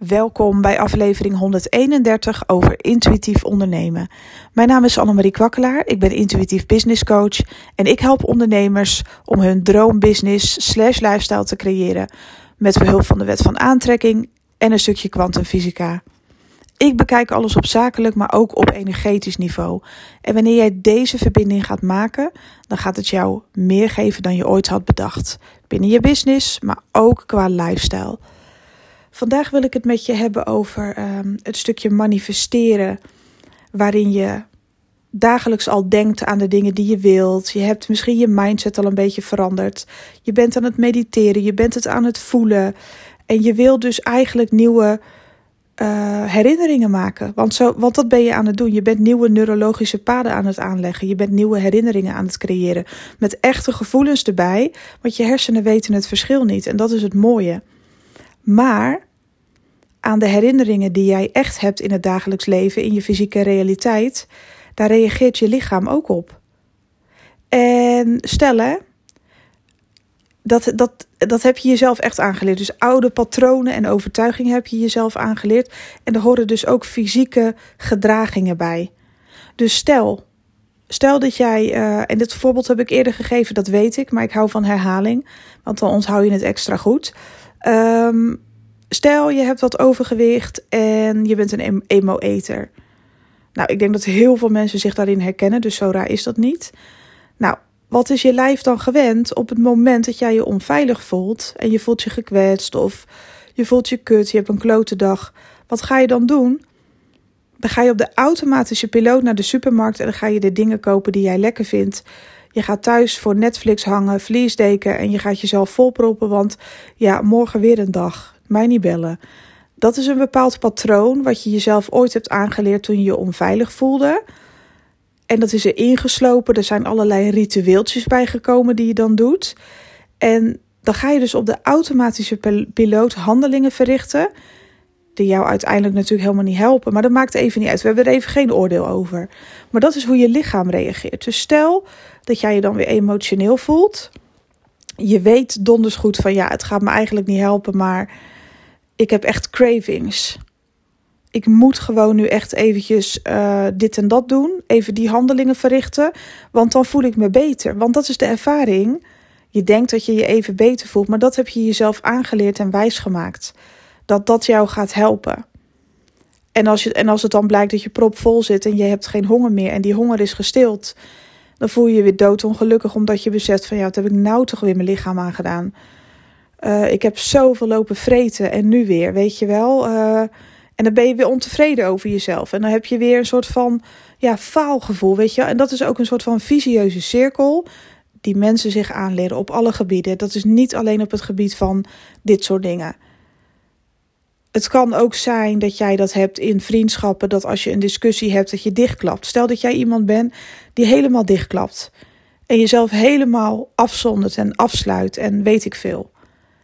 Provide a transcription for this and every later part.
Welkom bij aflevering 131 over intuïtief ondernemen. Mijn naam is Annemarie Kwakkelaar, ik ben intuïtief business coach en ik help ondernemers om hun droombusiness/lifestyle te creëren met behulp van de wet van aantrekking en een stukje kwantumfysica. Ik bekijk alles op zakelijk, maar ook op energetisch niveau. En wanneer jij deze verbinding gaat maken, dan gaat het jou meer geven dan je ooit had bedacht. Binnen je business, maar ook qua lifestyle. Vandaag wil ik het met je hebben over het stukje manifesteren, waarin je dagelijks al denkt aan de dingen die je wilt. Je hebt misschien je mindset al een beetje veranderd. Je bent aan het mediteren, je bent het aan het voelen. En je wilt dus eigenlijk nieuwe herinneringen maken. Want dat ben je aan het doen. Je bent nieuwe neurologische paden aan het aanleggen. Je bent nieuwe herinneringen aan het creëren. Met echte gevoelens erbij, want je hersenen weten het verschil niet. En dat is het mooie. Maar aan de herinneringen die jij echt hebt in het dagelijks leven, in je fysieke realiteit, daar reageert je lichaam ook op. En stel hè, dat heb je jezelf echt aangeleerd. Dus oude patronen en overtuigingen heb je jezelf aangeleerd. En er horen dus ook fysieke gedragingen bij. Dus stel dat jij, en dit voorbeeld heb ik eerder gegeven, dat weet ik, maar ik hou van herhaling, want dan onthoud je het extra goed. Stel je hebt wat overgewicht en je bent een emo-eter. Nou, ik denk dat heel veel mensen zich daarin herkennen, dus zo raar is dat niet. Nou, wat is je lijf dan gewend op het moment dat jij je onveilig voelt en je voelt je gekwetst of je voelt je kut, je hebt een klote dag. Wat ga je dan doen? Dan ga je op de automatische piloot naar de supermarkt en dan ga je de dingen kopen die jij lekker vindt. Je gaat thuis voor Netflix hangen, vliesdeken en je gaat jezelf volproppen, want ja, morgen weer een dag. Mij niet bellen. Dat is een bepaald patroon wat je jezelf ooit hebt aangeleerd toen je je onveilig voelde. En dat is er ingeslopen. Er zijn allerlei ritueeltjes bijgekomen die je dan doet. En dan ga je dus op de automatische piloot handelingen verrichten die jou uiteindelijk natuurlijk helemaal niet helpen. Maar dat maakt even niet uit. We hebben er even geen oordeel over. Maar dat is hoe je lichaam reageert. Dus stel dat jij je dan weer emotioneel voelt. Je weet donders goed van ja, het gaat me eigenlijk niet helpen, maar ik heb echt cravings. Ik moet gewoon nu echt eventjes dit en dat doen. Even die handelingen verrichten. Want dan voel ik me beter. Want dat is de ervaring. Je denkt dat je je even beter voelt. Maar dat heb je jezelf aangeleerd en wijsgemaakt. Dat jou gaat helpen. En als het dan blijkt dat je propvol zit en je hebt geen honger meer. En die honger is gestild. Dan voel je je weer doodongelukkig. Omdat je beseft van ja, wat heb ik nou toch weer mijn lichaam aangedaan. Ik heb zoveel lopen vreten en nu weer, weet je wel. En dan ben je weer ontevreden over jezelf. En dan heb je weer een soort van faalgevoel, weet je wel. En dat is ook een soort van visieuze cirkel die mensen zich aanleren op alle gebieden. Dat is niet alleen op het gebied van dit soort dingen. Het kan ook zijn dat jij dat hebt in vriendschappen, dat als je een discussie hebt, dat je dichtklapt. Stel dat jij iemand bent die helemaal dichtklapt. En jezelf helemaal afzondert en afsluit en weet ik veel.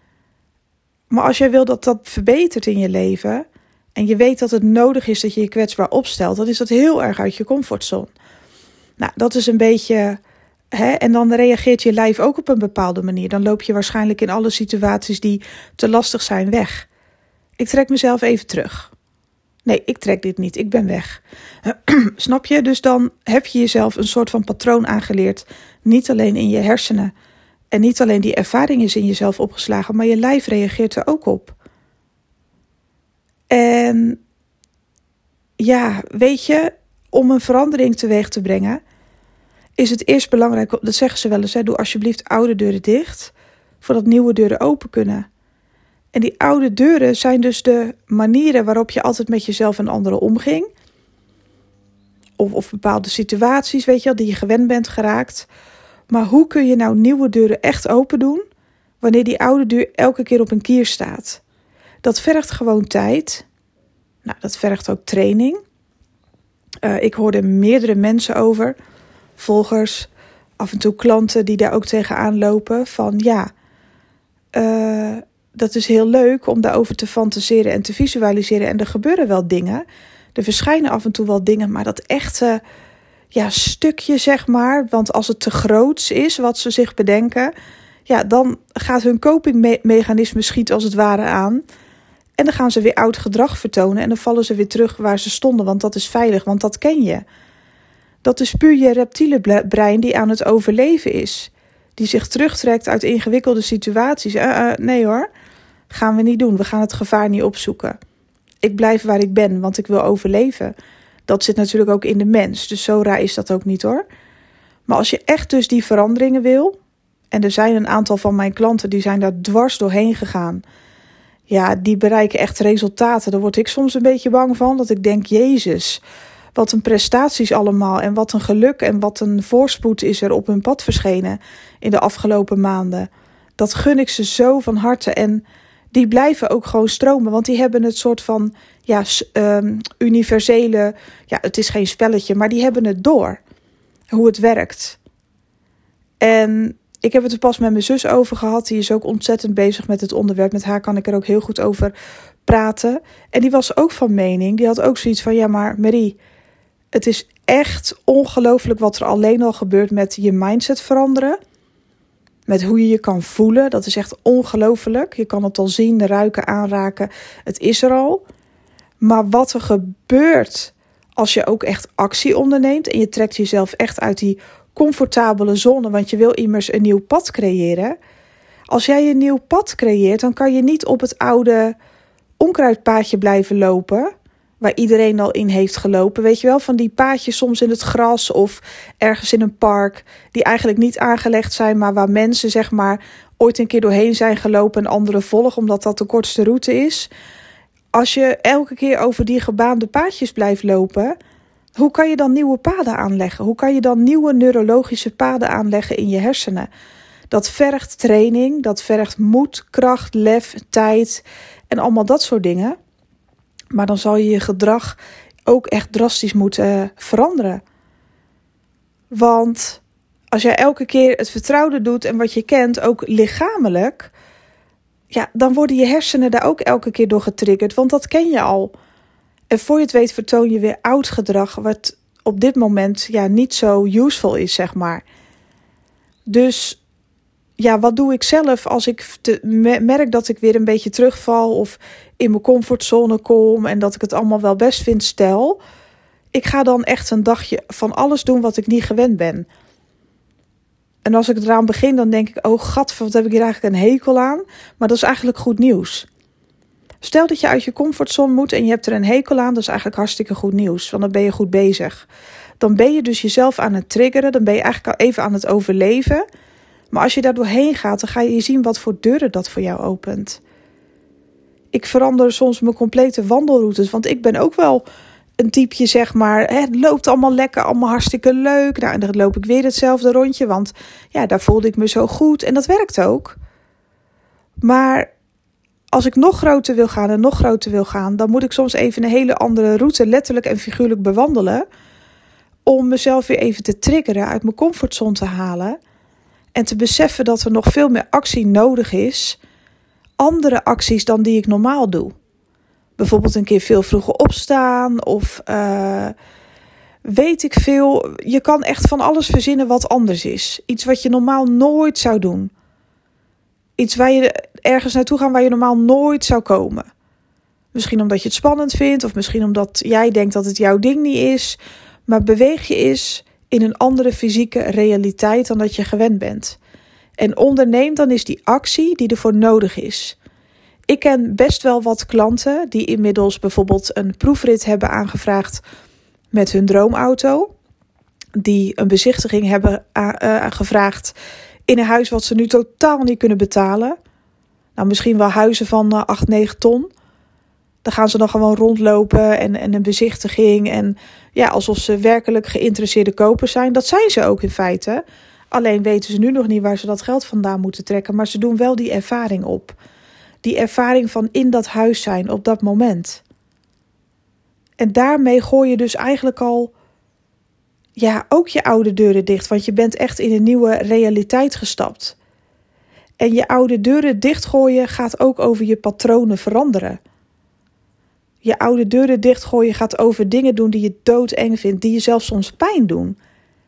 Maar als jij wil dat dat verbetert in je leven en je weet dat het nodig is dat je je kwetsbaar opstelt, dan is dat heel erg uit je comfortzone. Nou, dat is een beetje, en dan reageert je lijf ook op een bepaalde manier. Dan loop je waarschijnlijk in alle situaties die te lastig zijn weg. Ik trek mezelf even terug. Nee, ik trek dit niet, ik ben weg. Snap je? Dus dan heb je jezelf een soort van patroon aangeleerd. Niet alleen in je hersenen. En niet alleen die ervaring is in jezelf opgeslagen, maar je lijf reageert er ook op. En ja, weet je, om een verandering teweeg te brengen, is het eerst belangrijk, dat zeggen ze wel eens, doe alsjeblieft oude deuren dicht, voordat nieuwe deuren open kunnen. En die oude deuren zijn dus de manieren waarop je altijd met jezelf en anderen omging. Of bepaalde situaties, weet je wel, die je gewend bent geraakt. Maar hoe kun je nou nieuwe deuren echt open doen wanneer die oude deur elke keer op een kier staat? Dat vergt gewoon tijd. Nou, dat vergt ook training. Ik hoorde meerdere mensen over, volgers, af en toe klanten die daar ook tegenaan lopen. Van dat is heel leuk om daarover te fantaseren en te visualiseren. En er gebeuren wel dingen. Er verschijnen af en toe wel dingen, maar dat echte stukje, zeg maar. Want als het te groots is wat ze zich bedenken, dan gaat hun copingmechanisme schiet als het ware aan. En dan gaan ze weer oud gedrag vertonen en dan vallen ze weer terug waar ze stonden, want dat is veilig, want dat ken je. Dat is puur je reptiele brein die aan het overleven is. Die zich terugtrekt uit ingewikkelde situaties. Nee hoor, gaan we niet doen. We gaan het gevaar niet opzoeken. Ik blijf waar ik ben, want ik wil overleven. Dat zit natuurlijk ook in de mens, dus zo raar is dat ook niet hoor. Maar als je echt dus die veranderingen wil, en er zijn een aantal van mijn klanten die zijn daar dwars doorheen gegaan. Ja, die bereiken echt resultaten. Daar word ik soms een beetje bang van, dat ik denk, Jezus, wat een prestaties allemaal en wat een geluk en wat een voorspoed is er op hun pad verschenen in de afgelopen maanden. Dat gun ik ze zo van harte en die blijven ook gewoon stromen, want die hebben het soort van universele, het is geen spelletje, maar die hebben het door hoe het werkt. En ik heb het er pas met mijn zus over gehad. Die is ook ontzettend bezig met het onderwerp. Met haar kan ik er ook heel goed over praten. En die was ook van mening. Die had ook zoiets van, ja maar Marie, het is echt ongelooflijk wat er alleen al gebeurt met je mindset veranderen. Met hoe je je kan voelen. Dat is echt ongelooflijk. Je kan het al zien, ruiken, aanraken. Het is er al. Maar wat er gebeurt als je ook echt actie onderneemt en je trekt jezelf echt uit die comfortabele zone, want je wil immers een nieuw pad creëren. Als jij een nieuw pad creëert, dan kan je niet op het oude onkruidpaadje blijven lopen, waar iedereen al in heeft gelopen. Weet je wel, van die paadjes soms in het gras of ergens in een park, die eigenlijk niet aangelegd zijn, maar waar mensen zeg maar ooit een keer doorheen zijn gelopen en anderen volgen, omdat dat de kortste route is. Als je elke keer over die gebaande paadjes blijft lopen, hoe kan je dan nieuwe paden aanleggen? Hoe kan je dan nieuwe neurologische paden aanleggen in je hersenen? Dat vergt training, dat vergt moed, kracht, lef, tijd en allemaal dat soort dingen. Maar dan zal je je gedrag ook echt drastisch moeten veranderen. Want als jij elke keer het vertrouwde doet en wat je kent, ook lichamelijk, dan worden je hersenen daar ook elke keer door getriggerd, want dat ken je al. En voor je het weet vertoon je weer oud gedrag, wat op dit moment niet zo useful is, zeg maar. Dus wat doe ik zelf als ik merk dat ik weer een beetje terugval of in mijn comfortzone kom en dat ik het allemaal wel best vind? Stel, ik ga dan echt een dagje van alles doen wat ik niet gewend ben. En als ik eraan begin, dan denk ik, oh gat, wat heb ik hier eigenlijk een hekel aan? Maar dat is eigenlijk goed nieuws. Stel dat je uit je comfortzone moet en je hebt er een hekel aan, dat is eigenlijk hartstikke goed nieuws, want dan ben je goed bezig. Dan ben je dus jezelf aan het triggeren, dan ben je eigenlijk al even aan het overleven. Maar als je daar doorheen gaat, dan ga je zien wat voor deuren dat voor jou opent. Ik verander soms mijn complete wandelroutes, want ik ben ook wel een typeje, zeg maar, het loopt allemaal lekker, allemaal hartstikke leuk. Nou, en dan loop ik weer hetzelfde rondje, want daar voelde ik me zo goed en dat werkt ook. Maar als ik nog groter wil gaan en nog groter wil gaan, dan moet ik soms even een hele andere route, letterlijk en figuurlijk bewandelen, om mezelf weer even te triggeren, uit mijn comfortzone te halen en te beseffen dat er nog veel meer actie nodig is, andere acties dan die ik normaal doe. Bijvoorbeeld een keer veel vroeger opstaan of weet ik veel. Je kan echt van alles verzinnen wat anders is. Iets wat je normaal nooit zou doen. Iets waar je ergens naartoe gaat waar je normaal nooit zou komen. Misschien omdat je het spannend vindt of misschien omdat jij denkt dat het jouw ding niet is. Maar beweeg je eens in een andere fysieke realiteit dan dat je gewend bent. En onderneem dan eens die actie die ervoor nodig is. Ik ken best wel wat klanten die inmiddels bijvoorbeeld een proefrit hebben aangevraagd met hun droomauto. Die een bezichtiging hebben gevraagd in een huis wat ze nu totaal niet kunnen betalen. Nou, misschien wel huizen van 8, 9 ton. Dan gaan ze dan gewoon rondlopen en een bezichtiging. En alsof ze werkelijk geïnteresseerde kopers zijn. Dat zijn ze ook in feite. Alleen weten ze nu nog niet waar ze dat geld vandaan moeten trekken. Maar ze doen wel die ervaring op. Die ervaring van in dat huis zijn op dat moment. En daarmee gooi je dus eigenlijk al ook je oude deuren dicht. Want je bent echt in een nieuwe realiteit gestapt. En je oude deuren dichtgooien gaat ook over je patronen veranderen. Je oude deuren dichtgooien gaat over dingen doen die je doodeng vindt. Die je zelfs soms pijn doen.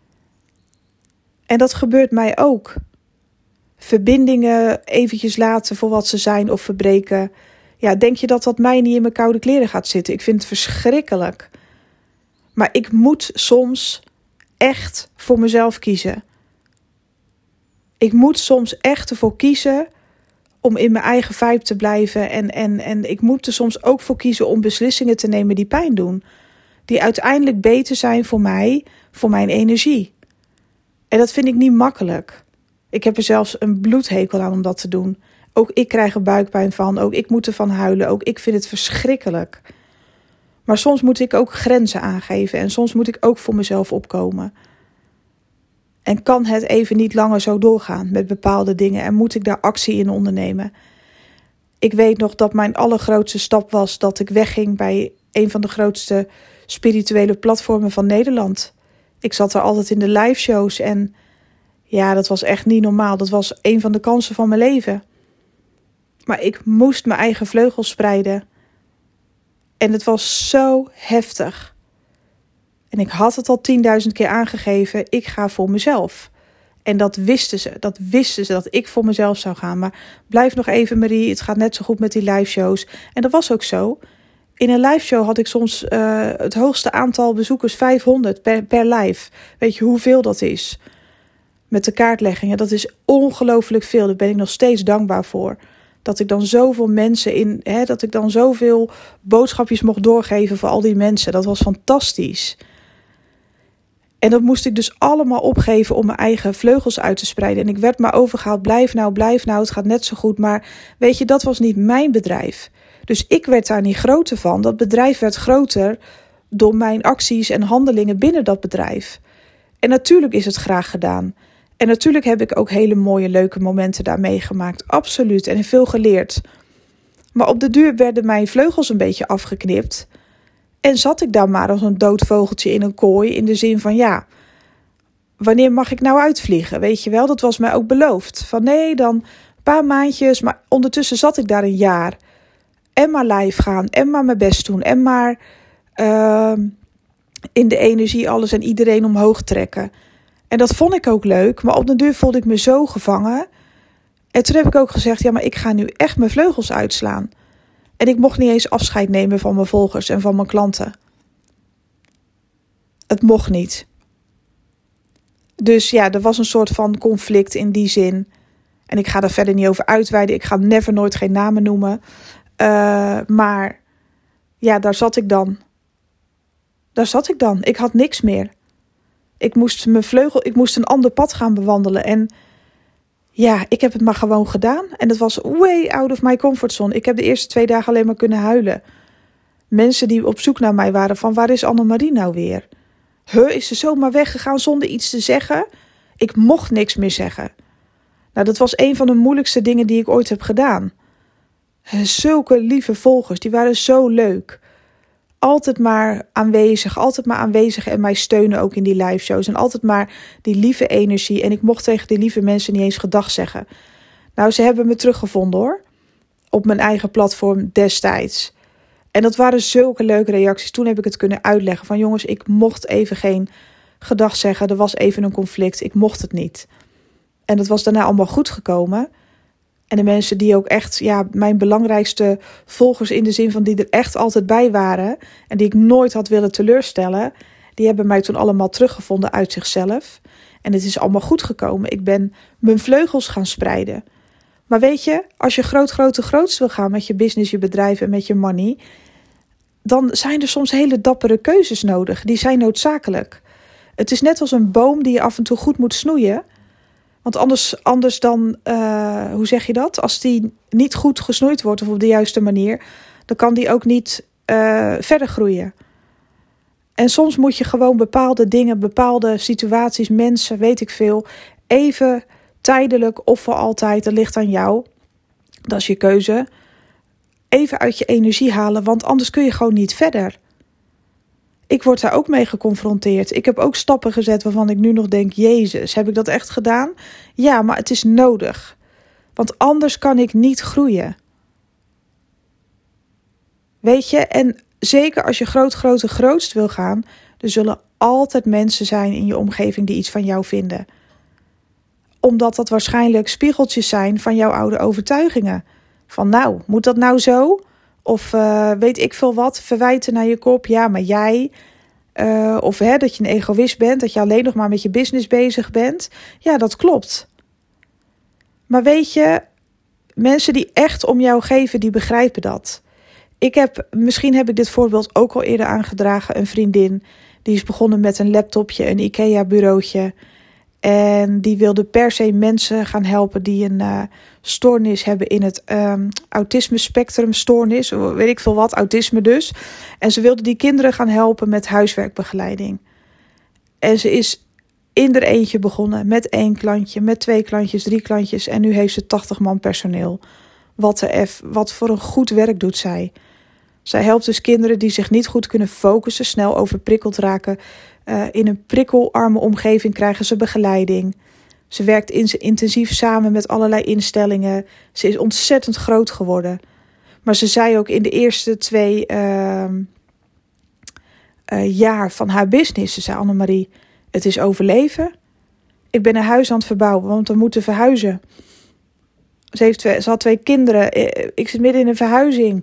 En dat gebeurt mij ook. Verbindingen eventjes laten voor wat ze zijn of verbreken. Ja, denk je dat mij niet in mijn koude kleren gaat zitten? Ik vind het verschrikkelijk. Maar ik moet soms echt voor mezelf kiezen. Ik moet soms echt ervoor kiezen om in mijn eigen vibe te blijven. En ik moet er soms ook voor kiezen om beslissingen te nemen die pijn doen. Die uiteindelijk beter zijn voor mij, voor mijn energie. En dat vind ik niet makkelijk. Ik heb er zelfs een bloedhekel aan om dat te doen. Ook ik krijg er buikpijn van. Ook ik moet ervan huilen. Ook ik vind het verschrikkelijk. Maar soms moet ik ook grenzen aangeven. En soms moet ik ook voor mezelf opkomen. En kan het even niet langer zo doorgaan met bepaalde dingen. En moet ik daar actie in ondernemen. Ik weet nog dat mijn allergrootste stap was dat ik wegging bij een van de grootste spirituele platformen van Nederland. Ik zat er altijd in de live shows en ja, dat was echt niet normaal. Dat was een van de kansen van mijn leven. Maar ik moest mijn eigen vleugels spreiden. En het was zo heftig. En ik had het al 10.000 keer aangegeven. Ik ga voor mezelf. En dat wisten ze. Dat wisten ze, dat ik voor mezelf zou gaan. Maar blijf nog even, Marie. Het gaat net zo goed met die live shows. En dat was ook zo. In een live show had ik soms het hoogste aantal bezoekers, 500 per live. Weet je hoeveel dat is? Met de kaartleggingen. Dat is ongelooflijk veel. Daar ben ik nog steeds dankbaar voor. Dat ik dan zoveel mensen dat ik dan zoveel boodschapjes mocht doorgeven voor al die mensen. Dat was fantastisch. En dat moest ik dus allemaal opgeven om mijn eigen vleugels uit te spreiden. En ik werd maar overgehaald, blijf nou, het gaat net zo goed. Maar weet je, dat was niet mijn bedrijf. Dus ik werd daar niet groter van. Dat bedrijf werd groter door mijn acties en handelingen binnen dat bedrijf. En natuurlijk is het graag gedaan. En natuurlijk heb ik ook hele mooie, leuke momenten daar meegemaakt. Absoluut. En veel geleerd. Maar op de duur werden mijn vleugels een beetje afgeknipt. En zat ik daar maar als een dood vogeltje in een kooi. In de zin van ja, wanneer mag ik nou uitvliegen? Weet je wel, dat was mij ook beloofd. Van nee, dan een paar maandjes. Maar ondertussen zat ik daar een jaar. En maar live gaan. En maar mijn best doen. En maar in de energie alles en iedereen omhoog trekken. En dat vond ik ook leuk. Maar op den duur voelde ik me zo gevangen. En toen heb ik ook gezegd, ja, maar ik ga nu echt mijn vleugels uitslaan. En ik mocht niet eens afscheid nemen van mijn volgers en van mijn klanten. Het mocht niet. Dus ja, er was een soort van conflict in die zin. En ik ga daar verder niet over uitweiden. Ik ga nooit geen namen noemen. Maar ja, daar zat ik dan. Ik had niks meer. Ik moest een ander pad gaan bewandelen. En ja, ik heb het maar gewoon gedaan. En het was way out of my comfort zone. Ik heb de eerste 2 dagen alleen maar kunnen huilen. Mensen die op zoek naar mij waren van, waar is Annemarie nou weer? Is ze zomaar weggegaan zonder iets te zeggen? Ik mocht niks meer zeggen. Nou, dat was een van de moeilijkste dingen die ik ooit heb gedaan. Zulke lieve volgers, die waren zo leuk. Altijd maar aanwezig en mij steunen ook in die live shows. En altijd maar die lieve energie. En ik mocht tegen die lieve mensen niet eens gedag zeggen. Nou, ze hebben me teruggevonden hoor. Op mijn eigen platform destijds. En dat waren zulke leuke reacties. Toen heb ik het kunnen uitleggen van jongens, ik mocht even geen gedag zeggen. Er was even een conflict. Ik mocht het niet. En dat was daarna allemaal goed gekomen. En de mensen die ook echt, ja, mijn belangrijkste volgers in de zin van die er echt altijd bij waren. En die ik nooit had willen teleurstellen. Die hebben mij toen allemaal teruggevonden uit zichzelf. En het is allemaal goed gekomen. Ik ben mijn vleugels gaan spreiden. Maar weet je, als je groot wil gaan met je business, je bedrijf en met je money. Dan zijn er soms hele dappere keuzes nodig. Die zijn noodzakelijk. Het is net als een boom die je af en toe goed moet snoeien. Want anders dan, hoe zeg je dat? Als die niet goed gesnoeid wordt of op de juiste manier, dan kan die ook niet verder groeien. En soms moet je gewoon bepaalde dingen, bepaalde situaties, mensen, weet ik veel, even tijdelijk of voor altijd, dat ligt aan jou. Dat is je keuze. Even uit je energie halen, want anders kun je gewoon niet verder. Ik word daar ook mee geconfronteerd. Ik heb ook stappen gezet waarvan ik nu nog denk, Jezus, heb ik dat echt gedaan? Ja, maar het is nodig. Want anders kan ik niet groeien. Weet je, en zeker als je grootst wil gaan, er zullen altijd mensen zijn in je omgeving die iets van jou vinden. Omdat dat waarschijnlijk spiegeltjes zijn van jouw oude overtuigingen. Van nou, moet dat nou zo? Of weet ik veel wat, verwijten naar je kop. Ja, maar jij. Of dat je een egoïst bent, dat je alleen nog maar met je business bezig bent. Ja, dat klopt. Maar weet je, mensen die echt om jou geven, die begrijpen dat. Misschien heb ik dit voorbeeld ook al eerder aangedragen. Een vriendin, die is begonnen met een laptopje, een IKEA-bureautje. En die wilde per se mensen gaan helpen die een stoornis hebben in het autisme spectrum stoornis. Weet ik veel wat, autisme dus. En ze wilde die kinderen gaan helpen met huiswerkbegeleiding. En ze is in er eentje begonnen met 1 klantje, met 2 klantjes, 3 klantjes. En nu heeft ze 80 man personeel. Wat voor een goed werk doet zij. Zij helpt dus kinderen die zich niet goed kunnen focussen, snel overprikkeld raken. In een prikkelarme omgeving krijgen ze begeleiding. Ze werkt intensief samen met allerlei instellingen. Ze is ontzettend groot geworden. Maar ze zei ook in de eerste 2 jaar van haar business, ze zei Annemarie, het is overleven. Ik ben een huis aan het verbouwen, want we moeten verhuizen. Ze had 2 kinderen. Ik zit midden in een verhuizing.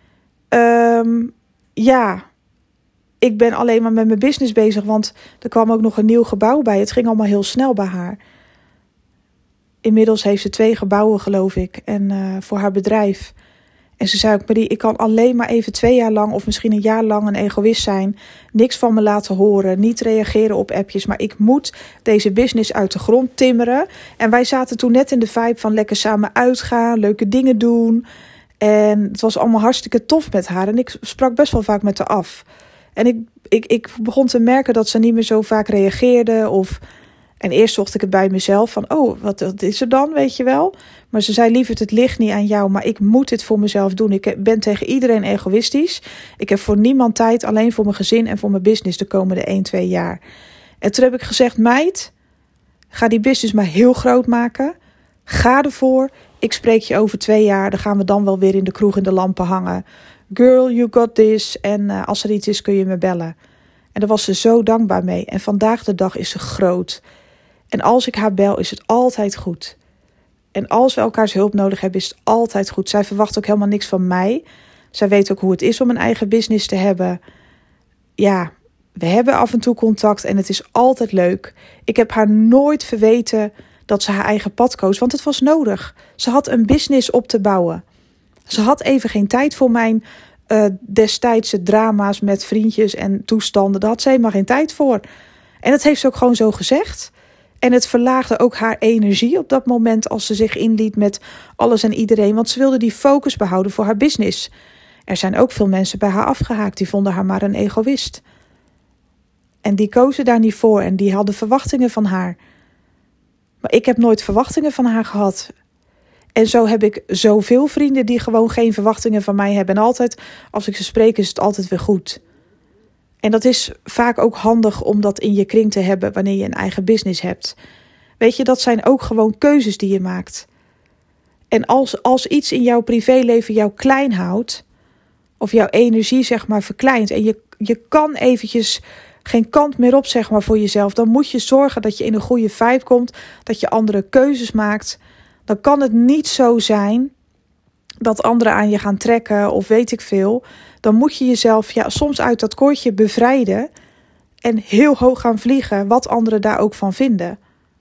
Ik ben alleen maar met mijn business bezig, want er kwam ook nog een nieuw gebouw bij. Het ging allemaal heel snel bij haar. Inmiddels heeft ze 2 gebouwen, geloof ik, en voor haar bedrijf. En ze zei ook, Marie, ik kan alleen maar even 2 jaar lang of misschien een jaar lang een egoïst zijn. Niks van me laten horen, niet reageren op appjes. Maar ik moet deze business uit de grond timmeren. En wij zaten toen net in de vibe van lekker samen uitgaan, leuke dingen doen. En het was allemaal hartstikke tof met haar. En ik sprak best wel vaak met haar af. En ik begon te merken dat ze niet meer zo vaak reageerde. En eerst zocht ik het bij mezelf van, wat is er dan, weet je wel. Maar ze zei, lieverd, het ligt niet aan jou, maar ik moet dit voor mezelf doen. Ik ben tegen iedereen egoïstisch. Ik heb voor niemand tijd, alleen voor mijn gezin en voor mijn business de komende 1-2 jaar. En toen heb ik gezegd, meid, ga die business maar heel groot maken. Ga ervoor. Ik spreek je over 2 jaar. Dan gaan we dan wel weer in de kroeg in de lampen hangen. Girl, you got this. En als er iets is, kun je me bellen. En daar was ze zo dankbaar mee. En vandaag de dag is ze groot. En als ik haar bel, is het altijd goed. En als we elkaars hulp nodig hebben, is het altijd goed. Zij verwacht ook helemaal niks van mij. Zij weet ook hoe het is om een eigen business te hebben. Ja, we hebben af en toe contact en het is altijd leuk. Ik heb haar nooit verweten dat ze haar eigen pad koos, want het was nodig. Ze had een business op te bouwen. Ze had even geen tijd voor mijn destijdse drama's met vriendjes en toestanden. Daar had ze helemaal geen tijd voor. En dat heeft ze ook gewoon zo gezegd. En het verlaagde ook haar energie op dat moment als ze zich inliet met alles en iedereen. Want ze wilde die focus behouden voor haar business. Er zijn ook veel mensen bij haar afgehaakt. Die vonden haar maar een egoïst. En die kozen daar niet voor en die hadden verwachtingen van haar. Maar ik heb nooit verwachtingen van haar gehad. En zo heb ik zoveel vrienden die gewoon geen verwachtingen van mij hebben. En altijd, als ik ze spreek, is het altijd weer goed. En dat is vaak ook handig om dat in je kring te hebben wanneer je een eigen business hebt. Weet je, dat zijn ook gewoon keuzes die je maakt. En als iets in jouw privéleven jou klein houdt, of jouw energie zeg maar verkleint, en je kan eventjes geen kant meer op zeg maar voor jezelf, dan moet je zorgen dat je in een goede vibe komt, dat je andere keuzes maakt. Dan kan het niet zo zijn dat anderen aan je gaan trekken of weet ik veel. Dan moet je jezelf soms uit dat koordje bevrijden en heel hoog gaan vliegen, wat anderen daar ook van vinden.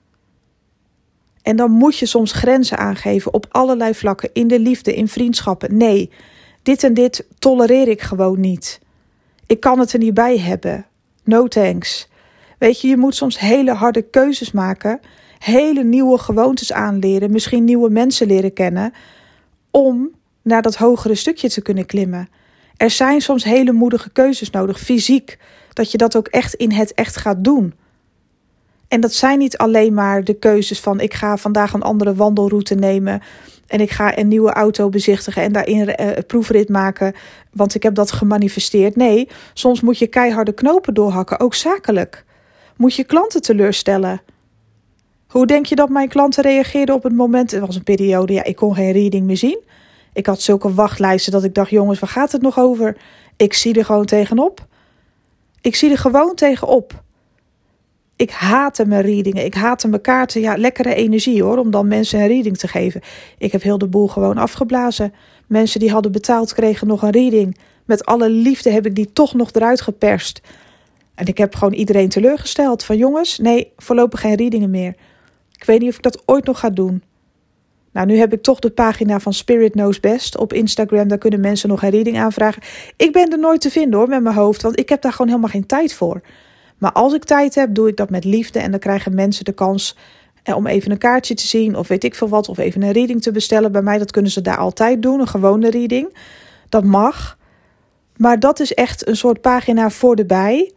En dan moet je soms grenzen aangeven op allerlei vlakken, in de liefde, in vriendschappen. Nee, dit en dit tolereer ik gewoon niet. Ik kan het er niet bij hebben. No thanks. Weet je, je moet soms hele harde keuzes maken, hele nieuwe gewoontes aanleren, misschien nieuwe mensen leren kennen, om naar dat hogere stukje te kunnen klimmen. Er zijn soms hele moedige keuzes nodig, fysiek, dat je dat ook echt in het echt gaat doen. En dat zijn niet alleen maar de keuzes van ik ga vandaag een andere wandelroute nemen en ik ga een nieuwe auto bezichtigen en daarin proefrit maken, want ik heb dat gemanifesteerd. Nee, soms moet je keiharde knopen doorhakken, ook zakelijk. Moet je klanten teleurstellen. Hoe denk je dat mijn klanten reageerden op het moment? Er was een periode, ik kon geen reading meer zien. Ik had zulke wachtlijsten dat ik dacht, jongens, waar gaat het nog over? Ik zie er gewoon tegenop. Ik zie er gewoon tegenop. Ik haatte mijn readingen. Ik haatte mijn kaarten. Ja, lekkere energie hoor, om dan mensen een reading te geven. Ik heb heel de boel gewoon afgeblazen. Mensen die hadden betaald kregen nog een reading. Met alle liefde heb ik die toch nog eruit geperst. En ik heb gewoon iedereen teleurgesteld. Van jongens, nee, voorlopig geen readingen meer. Ik weet niet of ik dat ooit nog ga doen. Nou, nu heb ik toch de pagina van Spirit Knows Best op Instagram. Daar kunnen mensen nog een reading aanvragen. Ik ben er nooit te vinden hoor, met mijn hoofd. Want ik heb daar gewoon helemaal geen tijd voor. Maar als ik tijd heb, doe ik dat met liefde. En dan krijgen mensen de kans om even een kaartje te zien. Of weet ik veel wat. Of even een reading te bestellen. Bij mij, dat kunnen ze daar altijd doen. Een gewone reading. Dat mag. Maar dat is echt een soort pagina voor de bij.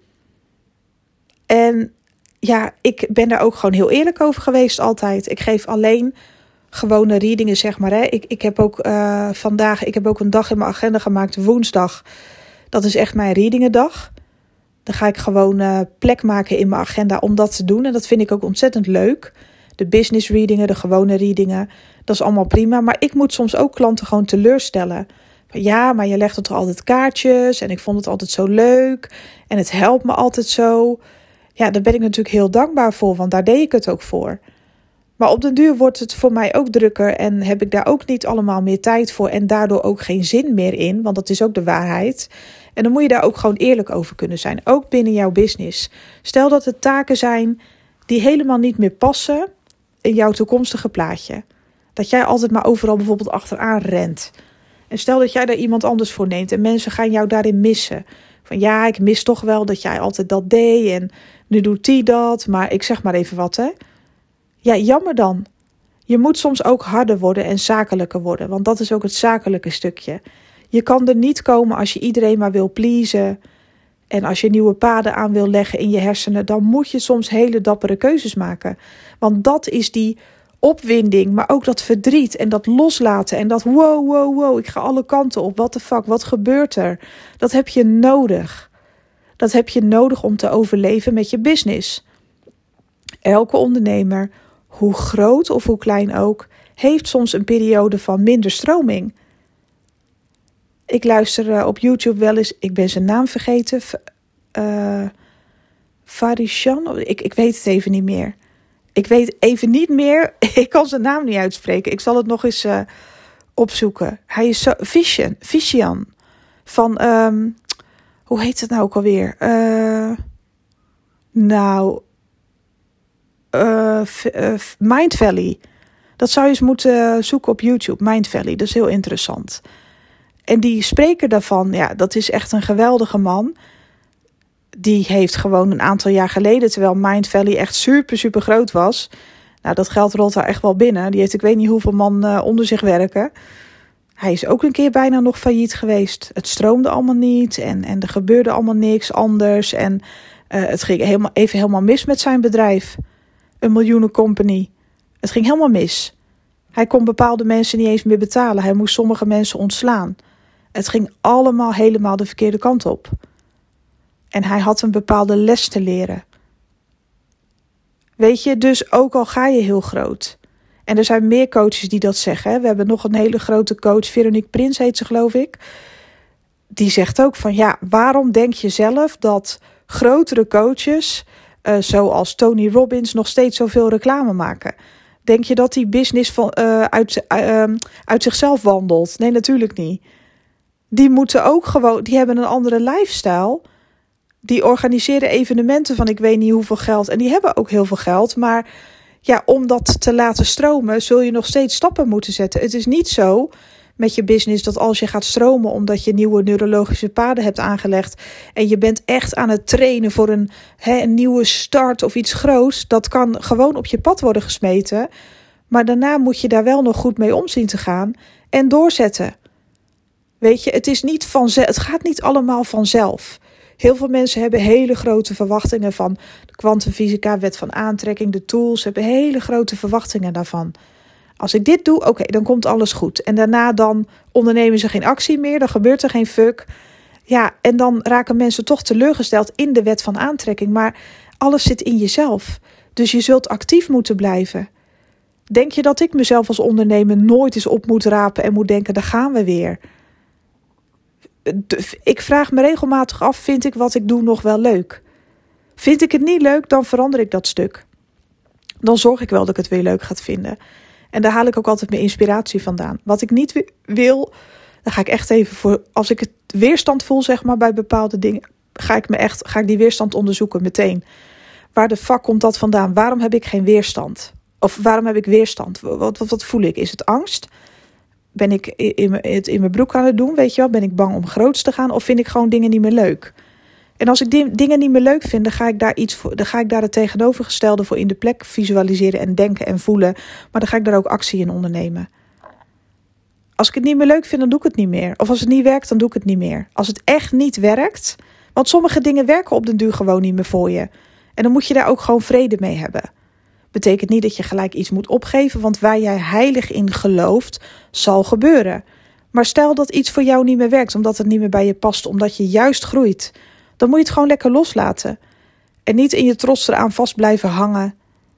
En ja, ik ben daar ook gewoon heel eerlijk over geweest altijd. Ik geef alleen gewone readingen, zeg maar. Hè. Ik heb ook ik heb ook een dag in mijn agenda gemaakt, woensdag. Dat is echt mijn readingendag. Dan ga ik gewoon plek maken in mijn agenda om dat te doen. En dat vind ik ook ontzettend leuk. De business readingen, de gewone readingen. Dat is allemaal prima. Maar ik moet soms ook klanten gewoon teleurstellen. Ja, maar je legt er toch altijd kaartjes. En ik vond het altijd zo leuk. En het helpt me altijd zo. Ja, daar ben ik natuurlijk heel dankbaar voor. Want daar deed ik het ook voor. Maar op den duur wordt het voor mij ook drukker. En heb ik daar ook niet allemaal meer tijd voor. En daardoor ook geen zin meer in. Want dat is ook de waarheid. En dan moet je daar ook gewoon eerlijk over kunnen zijn. Ook binnen jouw business. Stel dat er taken zijn die helemaal niet meer passen in jouw toekomstige plaatje. Dat jij altijd maar overal bijvoorbeeld achteraan rent. En stel dat jij daar iemand anders voor neemt. En mensen gaan jou daarin missen. Van ja, ik mis toch wel dat jij altijd dat deed. En nu doet die dat. Maar ik zeg maar even wat, hè. Ja, jammer dan. Je moet soms ook harder worden en zakelijker worden. Want dat is ook het zakelijke stukje. Je kan er niet komen als je iedereen maar wil pleasen. En als je nieuwe paden aan wil leggen in je hersenen. Dan moet je soms hele dappere keuzes maken. Want dat is die opwinding. Maar ook dat verdriet en dat loslaten. En dat wow. Ik ga alle kanten op. What the fuck, wat gebeurt er? Dat heb je nodig. Dat heb je nodig om te overleven met je business. Elke ondernemer, hoe groot of hoe klein ook, heeft soms een periode van minder stroming. Ik luister op YouTube wel eens, ik ben zijn naam vergeten, Farishan, ik weet het even niet meer. Ik kan zijn naam niet uitspreken. Ik zal het nog eens opzoeken. Hij is zo, Vishan, van, hoe heet het nou ook alweer? Mind Valley. Dat zou je eens moeten zoeken op YouTube. Mind Valley, dat is heel interessant. En die spreker daarvan, ja, dat is echt een geweldige man. Die heeft gewoon een aantal jaar geleden, terwijl Mind Valley echt super groot was. Nou, dat geld rolt daar echt wel binnen. Die heeft ik weet niet hoeveel man onder zich werken. Hij is ook een keer bijna nog failliet geweest. Het stroomde allemaal niet en er gebeurde allemaal niks anders. En het ging helemaal mis met zijn bedrijf. Een miljoenencompany. Het ging helemaal mis. Hij kon bepaalde mensen niet eens meer betalen. Hij moest sommige mensen ontslaan. Het ging allemaal helemaal de verkeerde kant op. En hij had een bepaalde les te leren. Weet je, dus ook al ga je heel groot. En er zijn meer coaches die dat zeggen. Hè? We hebben nog een hele grote coach, Veronique Prins heet ze geloof ik. Die zegt ook van ja, waarom denk je zelf dat grotere coaches, zoals Tony Robbins, nog steeds zoveel reclame maken? Denk je dat die business uit zichzelf wandelt? Nee, natuurlijk niet. Die moeten ook gewoon, die hebben een andere lifestyle. Die organiseren evenementen van ik weet niet hoeveel geld. En die hebben ook heel veel geld. Maar ja, om dat te laten stromen, zul je nog steeds stappen moeten zetten. Het is niet zo met je business dat als je gaat stromen omdat je nieuwe neurologische paden hebt aangelegd en je bent echt aan het trainen voor een nieuwe start of iets groots, dat kan gewoon op je pad worden gesmeten. Maar daarna moet je daar wel nog goed mee om zien te gaan en doorzetten. Weet je, het gaat niet allemaal vanzelf. Heel veel mensen hebben hele grote verwachtingen van de kwantumfysica, wet van aantrekking, de tools, hebben hele grote verwachtingen daarvan. Als ik dit doe, oké, dan komt alles goed. En daarna dan ondernemen ze geen actie meer, dan gebeurt er geen fuck. Ja, en dan raken mensen toch teleurgesteld in de wet van aantrekking. Maar alles zit in jezelf. Dus je zult actief moeten blijven. Denk je dat ik mezelf als ondernemer nooit eens op moet rapen en moet denken, daar gaan we weer? Ik vraag me regelmatig af, vind ik wat ik doe nog wel leuk? Vind ik het niet leuk, dan verander ik dat stuk. Dan zorg ik wel dat ik het weer leuk ga vinden. En daar haal ik ook altijd mijn inspiratie vandaan. Wat ik niet wil, dan ga ik echt even voor... Als ik het weerstand voel, zeg maar, bij bepaalde dingen... ga ik die weerstand onderzoeken meteen. Waar de fuck komt dat vandaan? Waarom heb ik geen weerstand? Of waarom heb ik weerstand? Wat voel ik? Is het angst? Ben ik het in mijn broek aan het doen? Weet je wel? Ben ik bang om groots te gaan? Of vind ik gewoon dingen niet meer leuk? En als ik dingen niet meer leuk vind, dan ga ik daar het tegenovergestelde voor in de plek visualiseren en denken en voelen. Maar dan ga ik daar ook actie in ondernemen. Als ik het niet meer leuk vind, dan doe ik het niet meer. Of als het niet werkt, dan doe ik het niet meer. Als het echt niet werkt, want sommige dingen werken op den duur gewoon niet meer voor je. En dan moet je daar ook gewoon vrede mee hebben. Betekent niet dat je gelijk iets moet opgeven, want waar jij heilig in gelooft, zal gebeuren. Maar stel dat iets voor jou niet meer werkt, omdat het niet meer bij je past, omdat je juist groeit. Dan moet je het gewoon lekker loslaten. En niet in je trots eraan vast blijven hangen.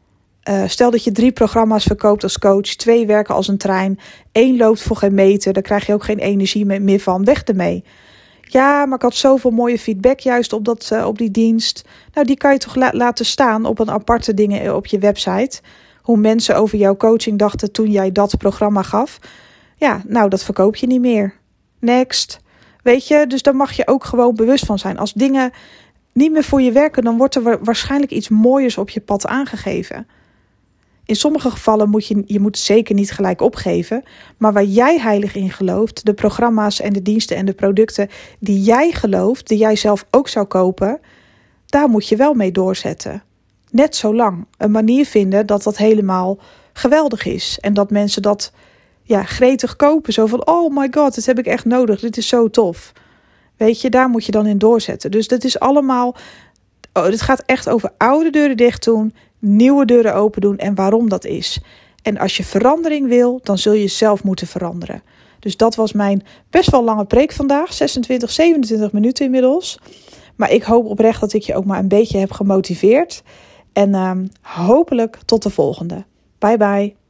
Stel dat je 3 programma's verkoopt als coach, 2 werken als een trein, 1 loopt voor geen meter, daar krijg je ook geen energie meer van. Weg ermee. Ja, maar ik had zoveel mooie feedback juist op die dienst. Nou, die kan je toch laten staan op een aparte ding op je website. Hoe mensen over jouw coaching dachten toen jij dat programma gaf. Ja, nou, dat verkoop je niet meer. Next. Weet je, dus daar mag je ook gewoon bewust van zijn. Als dingen niet meer voor je werken, dan wordt er waarschijnlijk iets mooiers op je pad aangegeven. In sommige gevallen moet je zeker niet gelijk opgeven. Maar waar jij heilig in gelooft, de programma's en de diensten en de producten die jij gelooft, die jij zelf ook zou kopen, daar moet je wel mee doorzetten. Net zo lang. Een manier vinden dat helemaal geweldig is. En dat mensen dat gretig kopen. Zo van, oh my god, dit heb ik echt nodig. Dit is zo tof. Weet je, daar moet je dan in doorzetten. Dus dat is allemaal... dit gaat echt over oude deuren dicht doen, nieuwe deuren open doen en waarom dat is. En als je verandering wil, dan zul je zelf moeten veranderen. Dus dat was mijn best wel lange preek vandaag. 27 minuten inmiddels. Maar ik hoop oprecht dat ik je ook maar een beetje heb gemotiveerd. En hopelijk tot de volgende. Bye bye.